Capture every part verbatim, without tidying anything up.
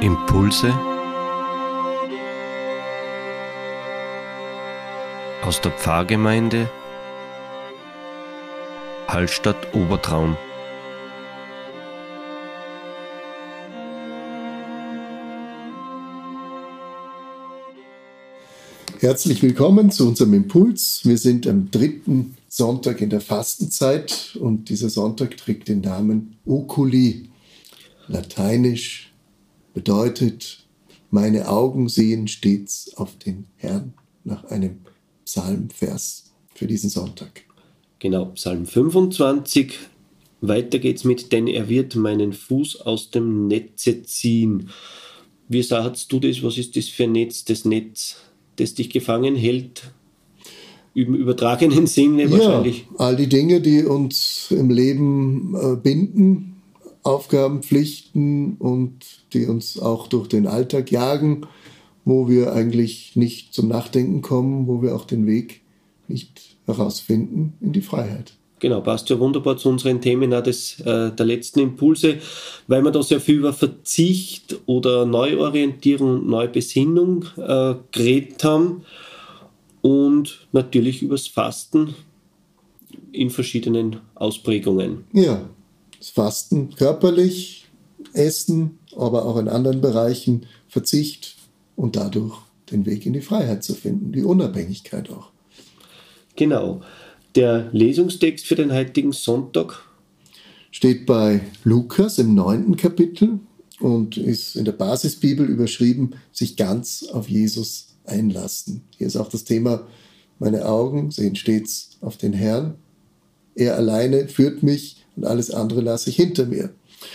Impulse aus der Pfarrgemeinde Hallstatt Obertraum. Herzlich willkommen zu unserem Impuls. Wir sind am dritten Sonntag in der Fastenzeit und dieser Sonntag trägt den Namen Oculi. Lateinisch bedeutet, meine Augen sehen stets auf den Herrn, nach einem Psalmvers für diesen Sonntag. Genau, Psalm fünfundzwanzig. Weiter geht's mit, denn er wird meinen Fuß aus dem Netze ziehen. Wie sagst du das? Was ist das für ein Netz? Das Netz, das dich gefangen hält? Im übertragenen Sinne wahrscheinlich. Ja, all die Dinge, die uns im Leben äh, binden, Aufgaben, Pflichten und die uns auch durch den Alltag jagen, wo wir eigentlich nicht zum Nachdenken kommen, wo wir auch den Weg nicht herausfinden in die Freiheit. Genau, passt ja wunderbar zu unseren Themen auch des, äh, der letzten Impulse, weil wir da sehr viel über Verzicht oder Neuorientierung und Neubesinnung äh, geredet haben und natürlich übers Fasten in verschiedenen Ausprägungen. Ja, das Fasten körperlich, Essen, aber auch in anderen Bereichen Verzicht und dadurch den Weg in die Freiheit zu finden, die Unabhängigkeit auch. Genau. Der Lesungstext für den heutigen Sonntag steht bei Lukas im neunten Kapitel und ist in der Basisbibel überschrieben, sich ganz auf Jesus einlassen. Hier ist auch das Thema, meine Augen sehen stets auf den Herrn. Er alleine führt mich und alles andere lasse ich hinter mir.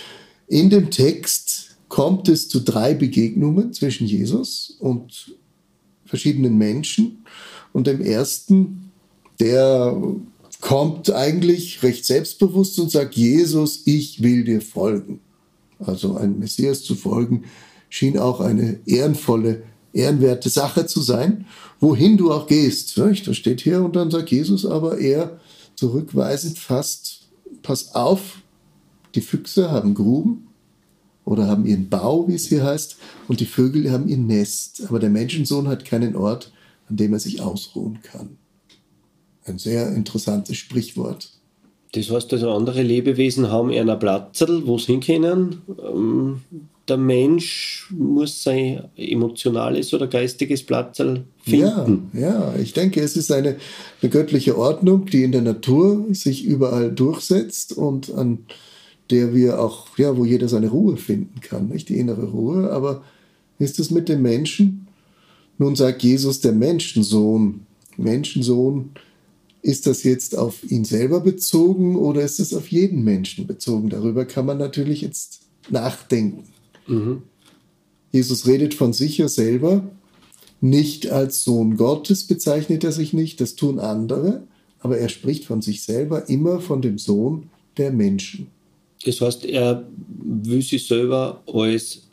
In dem Text kommt es zu drei Begegnungen zwischen Jesus und verschiedenen Menschen. Und dem ersten, der kommt eigentlich recht selbstbewusst und sagt, Jesus, ich will dir folgen. Also ein Messias zu folgen, schien auch eine ehrenvolle, ehrenwerte Sache zu sein. Wohin du auch gehst, das steht hier, und dann sagt Jesus aber eher zurückweisend fast, pass auf, die Füchse haben Gruben oder haben ihren Bau, wie es hier heißt, und die Vögel haben ihr Nest. Aber der Menschensohn hat keinen Ort, an dem er sich ausruhen kann. Ein sehr interessantes Sprichwort. Das heißt also, andere Lebewesen haben einen Platzerl, wo sie hinkönnen. Ähm, der Mensch muss sein emotionales oder geistiges Platzerl finden. Ja, ja, ich denke, es ist eine, eine göttliche Ordnung, die in der Natur sich überall durchsetzt und an der wir auch, ja, wo jeder seine Ruhe finden kann, nicht die innere Ruhe. Aber ist es mit dem Menschen? Nun sagt Jesus, der Menschensohn. Menschensohn, ist das jetzt auf ihn selber bezogen oder ist es auf jeden Menschen bezogen? Darüber kann man natürlich jetzt nachdenken. Mhm. Jesus redet von sich ja selber. Nicht als Sohn Gottes bezeichnet er sich nicht, das tun andere. Aber er spricht von sich selber immer von dem Sohn der Menschen. Das heißt, er will sich selber als,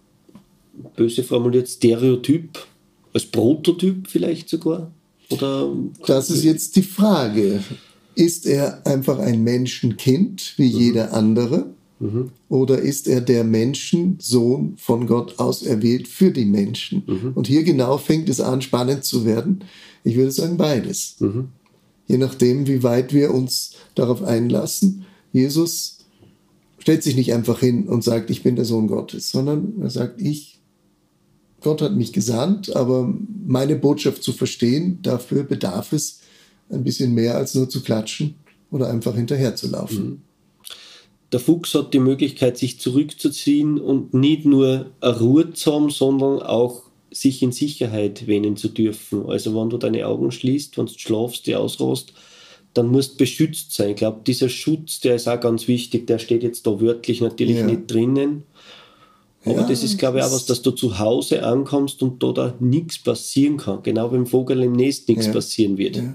böse formuliert, Stereotyp, als Prototyp vielleicht sogar? Oder das ist jetzt die Frage. Ist er einfach ein Menschenkind wie mhm. jeder andere? Mhm. Oder ist er der Menschensohn von Gott auserwählt für die Menschen? Mhm. Und hier genau fängt es an, spannend zu werden. Ich würde sagen beides. Mhm. Je nachdem, wie weit wir uns darauf einlassen. Jesus stellt sich nicht einfach hin und sagt, ich bin der Sohn Gottes, sondern er sagt, ich Gott hat mich gesandt, aber meine Botschaft zu verstehen, dafür bedarf es ein bisschen mehr als nur zu klatschen oder einfach hinterher zu laufen. Der Fuchs hat die Möglichkeit, sich zurückzuziehen und nicht nur eine Ruhe zu haben, sondern auch sich in Sicherheit wähnen zu dürfen. Also wenn du deine Augen schließt, wenn du schlafst, die ausruhst, dann musst du beschützt sein. Ich glaube, dieser Schutz, der ist auch ganz wichtig, der steht jetzt da wörtlich natürlich ja. nicht drinnen. Aber ja, das ist, glaube ich, auch was, dass du zu Hause ankommst und da, da nichts passieren kann. Genau wie im Vogel im Nest nichts ja, passieren wird. Ja.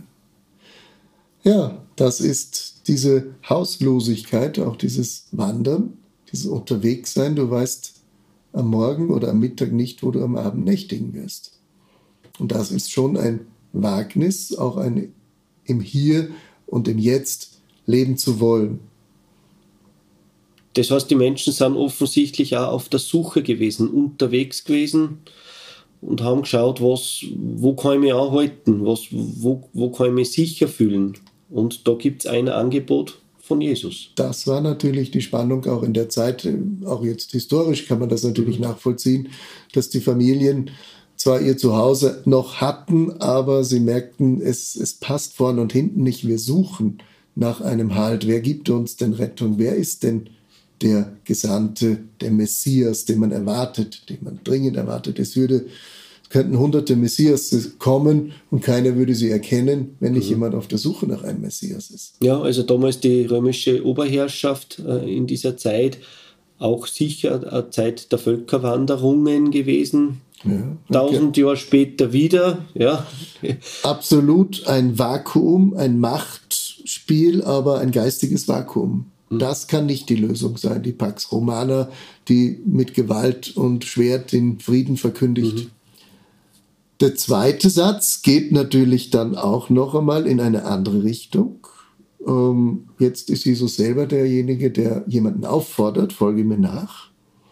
ja, das ist diese Hauslosigkeit, auch dieses Wandern, dieses Unterwegssein. Du weißt am Morgen oder am Mittag nicht, wo du am Abend nächtigen wirst. Und das ist schon ein Wagnis, auch ein im Hier und im Jetzt leben zu wollen. Das heißt, die Menschen sind offensichtlich auch auf der Suche gewesen, unterwegs gewesen und haben geschaut, was, wo kann ich mich anhalten, was, wo, wo kann ich mich sicher fühlen. Und da gibt es ein Angebot von Jesus. Das war natürlich die Spannung auch in der Zeit, auch jetzt historisch kann man das natürlich mhm. nachvollziehen, dass die Familien zwar ihr Zuhause noch hatten, aber sie merkten, es, es passt vorne und hinten nicht. Wir suchen nach einem Halt. Wer gibt uns denn Rettung? Wer ist denn der Gesandte, der Messias, den man erwartet, den man dringend erwartet? Es würde, es könnten hunderte Messias kommen und keiner würde sie erkennen, wenn nicht mhm. jemand auf der Suche nach einem Messias ist. Ja, also damals die römische Oberherrschaft äh, in dieser Zeit, auch sicher eine Zeit der Völkerwanderungen gewesen. Ja, Tausend okay. Jahre später wieder. Ja. Absolut ein Vakuum, ein Machtspiel, aber ein geistiges Vakuum. Mhm. Das kann nicht die Lösung sein, die Pax Romana, die mit Gewalt und Schwert den Frieden verkündigt. Mhm. Der zweite Satz geht natürlich dann auch noch einmal in eine andere Richtung. Ähm, jetzt ist Jesus selber derjenige, der jemanden auffordert, folge mir nach.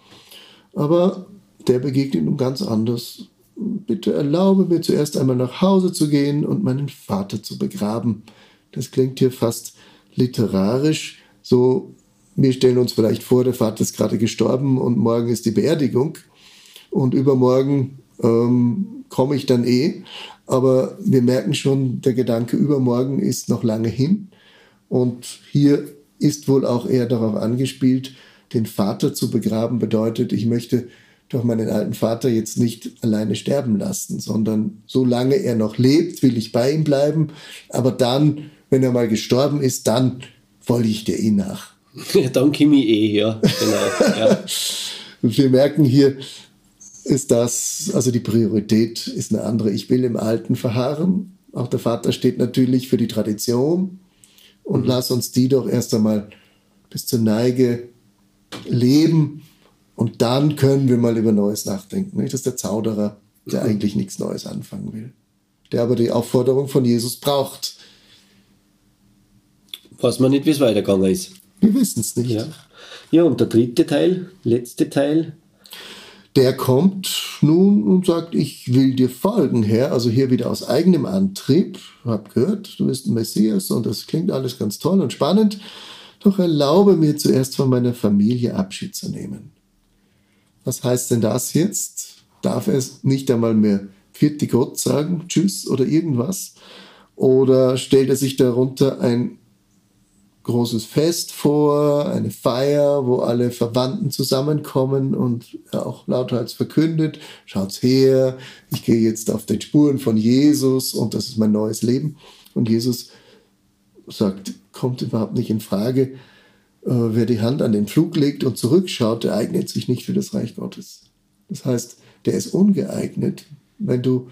Aber der begegnet ihm ganz anders. Bitte erlaube mir zuerst einmal nach Hause zu gehen und meinen Vater zu begraben. Das klingt hier fast literarisch. So, wir stellen uns vielleicht vor, der Vater ist gerade gestorben und morgen ist die Beerdigung und übermorgen ähm, komme ich dann eh. Aber wir merken schon, der Gedanke übermorgen ist noch lange hin. Und hier ist wohl auch eher darauf angespielt, den Vater zu begraben bedeutet, ich möchte doch meinen alten Vater jetzt nicht alleine sterben lassen, sondern solange er noch lebt, will ich bei ihm bleiben. Aber dann, wenn er mal gestorben ist, dann folge ich dir eh nach. Ja, dann komme ich eh, ja. Genau. Ja. Und wir merken hier, ist das, also die Priorität ist eine andere. Ich will im Alten verharren. Auch der Vater steht natürlich für die Tradition. Und mhm. lass uns die doch erst einmal bis zur Neige leben. Und dann können wir mal über Neues nachdenken. Das ist der Zauderer, der eigentlich nichts Neues anfangen will. Der aber die Aufforderung von Jesus braucht. Weiß man nicht, wie es weitergegangen ist. Wir wissen es nicht. Ja. Ja, und der dritte Teil, letzte Teil. Der kommt nun und sagt, ich will dir folgen, Herr. Also hier wieder aus eigenem Antrieb. Ich habe gehört, du bist ein Messias und das klingt alles ganz toll und spannend. Doch erlaube mir zuerst von meiner Familie Abschied zu nehmen. Was heißt denn das jetzt? Darf er nicht einmal mehr Pfiat Gott sagen, Tschüss oder irgendwas? Oder stellt er sich darunter ein großes Fest vor, eine Feier, wo alle Verwandten zusammenkommen und er auch lauthals verkündet, schaut's her, ich gehe jetzt auf den Spuren von Jesus und das ist mein neues Leben. Und Jesus sagt, kommt überhaupt nicht in Frage. Wer die Hand an den Pflug legt und zurückschaut, der eignet sich nicht für das Reich Gottes. Das heißt, der ist ungeeignet. Wenn du,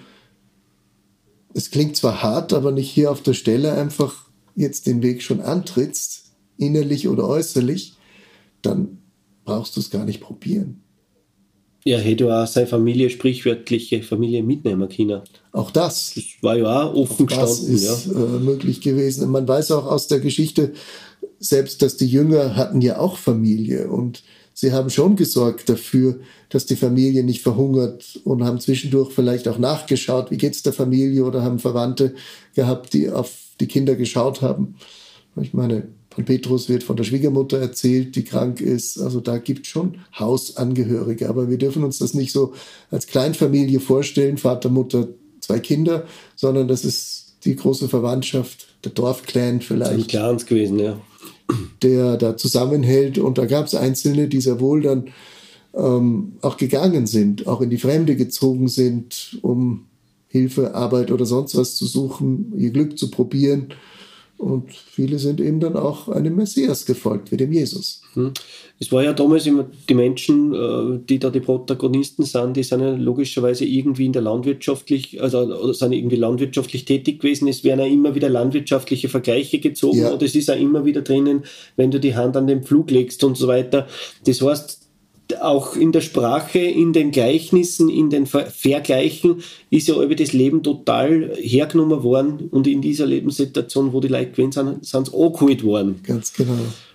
es klingt zwar hart, aber nicht hier auf der Stelle einfach jetzt den Weg schon antrittst, innerlich oder äußerlich, dann brauchst du es gar nicht probieren. Ja, hätte auch seine Familie, sprichwörtliche Familie mitnehmen können. Auch das. Das war ja auch offen auch das gestanden. Das ist ja. äh, möglich gewesen. Und man weiß auch aus der Geschichte, selbst dass die Jünger hatten ja auch Familie und sie haben schon gesorgt dafür, dass die Familie nicht verhungert und haben zwischendurch vielleicht auch nachgeschaut, wie geht's der Familie, oder haben Verwandte gehabt, die auf die Kinder geschaut haben. Ich meine, von Petrus wird von der Schwiegermutter erzählt, die krank ist. Also da gibt es schon Hausangehörige. Aber wir dürfen uns das nicht so als Kleinfamilie vorstellen, Vater, Mutter, zwei Kinder, sondern das ist die große Verwandtschaft, der Dorfclan vielleicht. Ein Clans gewesen, ja. Der da zusammenhält. Und da gab es Einzelne, die sehr wohl dann ähm, auch gegangen sind, auch in die Fremde gezogen sind, um Hilfe, Arbeit oder sonst was zu suchen, ihr Glück zu probieren. Und viele sind eben dann auch einem Messias gefolgt, wie dem Jesus. Es war ja damals immer, die Menschen, die da die Protagonisten sind, die sind ja logischerweise irgendwie in der landwirtschaftlich, also oder sind irgendwie landwirtschaftlich tätig gewesen. Es werden ja immer wieder landwirtschaftliche Vergleiche gezogen, ja. Und es ist ja immer wieder drinnen, wenn du die Hand an den Pflug legst und so weiter. Das heißt, auch in der Sprache, in den Gleichnissen, in den Ver- Vergleichen ist ja über das Leben total hergenommen worden, und in dieser Lebenssituation, wo die Leute gewesen sind, sind sie angeholt worden. Ganz genau.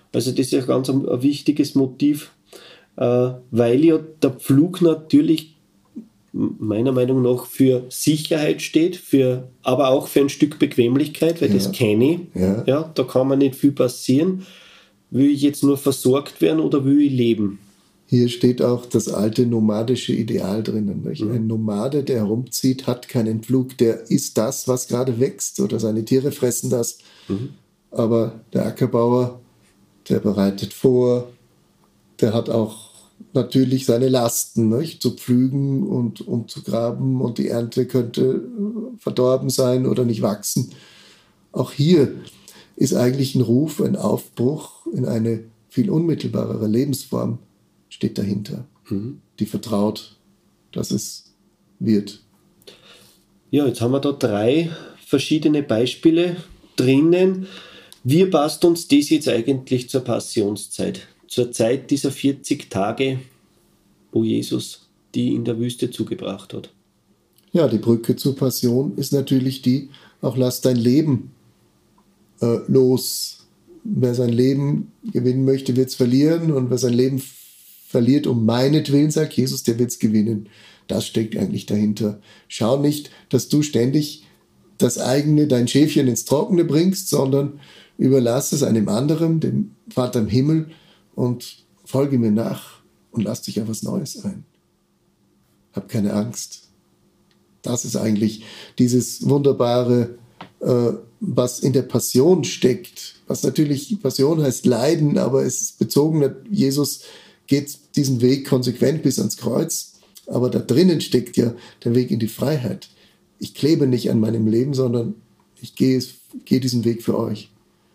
Also das ist ja ganz ein, ein wichtiges Motiv, äh, weil ja der Pflug natürlich meiner Meinung nach für Sicherheit steht, für, aber auch für ein Stück Bequemlichkeit, weil ja. das kenne ich. Ja. Ja, da kann man nicht viel passieren. Will ich jetzt nur versorgt werden oder will ich leben? Hier steht auch das alte nomadische Ideal drinnen. Nicht? Mhm. Ein Nomade, der herumzieht, hat keinen Pflug. Der isst das, was gerade wächst, oder seine Tiere fressen das. Mhm. Aber der Ackerbauer, der bereitet vor, der hat auch natürlich seine Lasten, nicht? Zu pflügen und umzugraben, und die Ernte könnte verdorben sein oder nicht wachsen. Auch hier ist eigentlich ein Ruf, ein Aufbruch in eine viel unmittelbarere Lebensform steht dahinter, mhm. die vertraut, dass es wird. Ja, jetzt haben wir da drei verschiedene Beispiele drinnen. Wie passt uns das jetzt eigentlich zur Passionszeit? Zur Zeit dieser vierzig Tage, wo Jesus die in der Wüste zugebracht hat? Ja, die Brücke zur Passion ist natürlich die, auch lass dein Leben äh, los. Wer sein Leben gewinnen möchte, wird es verlieren, und wer sein Leben verliert um meinetwillen, sagt Jesus, der wird es gewinnen. Das steckt eigentlich dahinter. Schau nicht, dass du ständig das eigene, dein Schäfchen ins Trockene bringst, sondern überlass es einem anderen, dem Vater im Himmel, und folge mir nach und lass dich auf was Neues ein. Hab keine Angst. Das ist eigentlich dieses wunderbare, äh, was in der Passion steckt. Was natürlich, Passion heißt Leiden, aber es ist bezogen, Jesus geht diesen Weg konsequent bis ans Kreuz. Aber da drinnen steckt ja der Weg in die Freiheit. Ich klebe nicht an meinem Leben, sondern ich gehe, gehe diesen Weg für euch.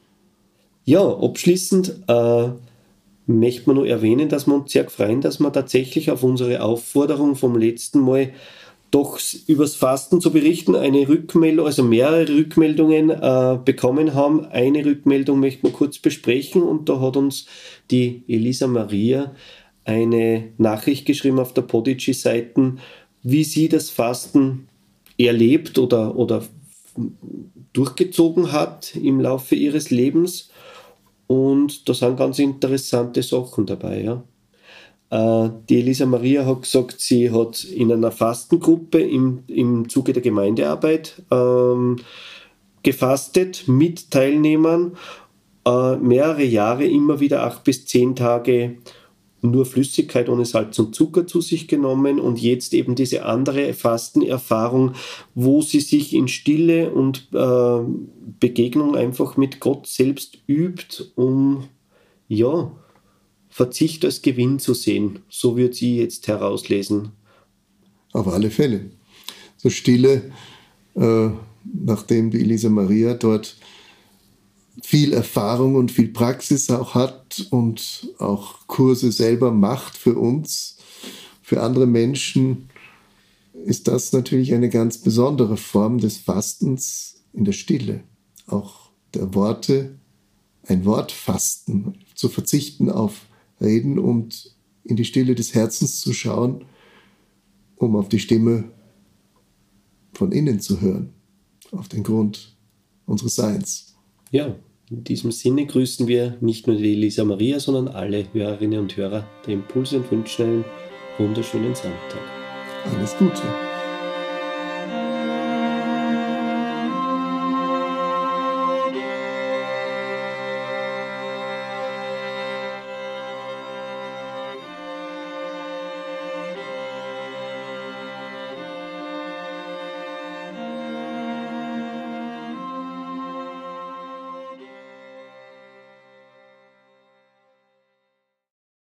Ja, abschließend äh, möchte man nur erwähnen, dass wir uns sehr freuen, dass wir tatsächlich auf unsere Aufforderung vom letzten Mal doch übers Fasten zu berichten, eine Rückmeldung, also mehrere Rückmeldungen äh, bekommen haben. Eine Rückmeldung möchten wir kurz besprechen, und da hat uns die Elisa Maria eine Nachricht geschrieben auf der Podigy-Seiten, wie sie das Fasten erlebt oder, oder durchgezogen hat im Laufe ihres Lebens. Und da sind ganz interessante Sachen dabei. Ja. Äh, die Elisa Maria hat gesagt, sie hat in einer Fastengruppe im, im Zuge der Gemeindearbeit ähm, gefastet mit Teilnehmern, äh, mehrere Jahre immer wieder acht bis zehn Tage nur Flüssigkeit ohne Salz und Zucker zu sich genommen, und jetzt eben diese andere Fastenerfahrung, wo sie sich in Stille und äh, Begegnung einfach mit Gott selbst übt, um ja, Verzicht als Gewinn zu sehen. So wird sie jetzt herauslesen. Auf alle Fälle. So Stille, äh, nachdem die Elisa Maria dort viel Erfahrung und viel Praxis auch hat und auch Kurse selber macht für uns, für andere Menschen, ist das natürlich eine ganz besondere Form des Fastens in der Stille. Auch der Worte, ein Wortfasten, zu verzichten auf Reden und in die Stille des Herzens zu schauen, um auf die Stimme von innen zu hören, auf den Grund unseres Seins. Ja, in diesem Sinne grüßen wir nicht nur die Elisa Maria, sondern alle Hörerinnen und Hörer der Impulse und wünschen einen wunderschönen Sonntag. Alles Gute.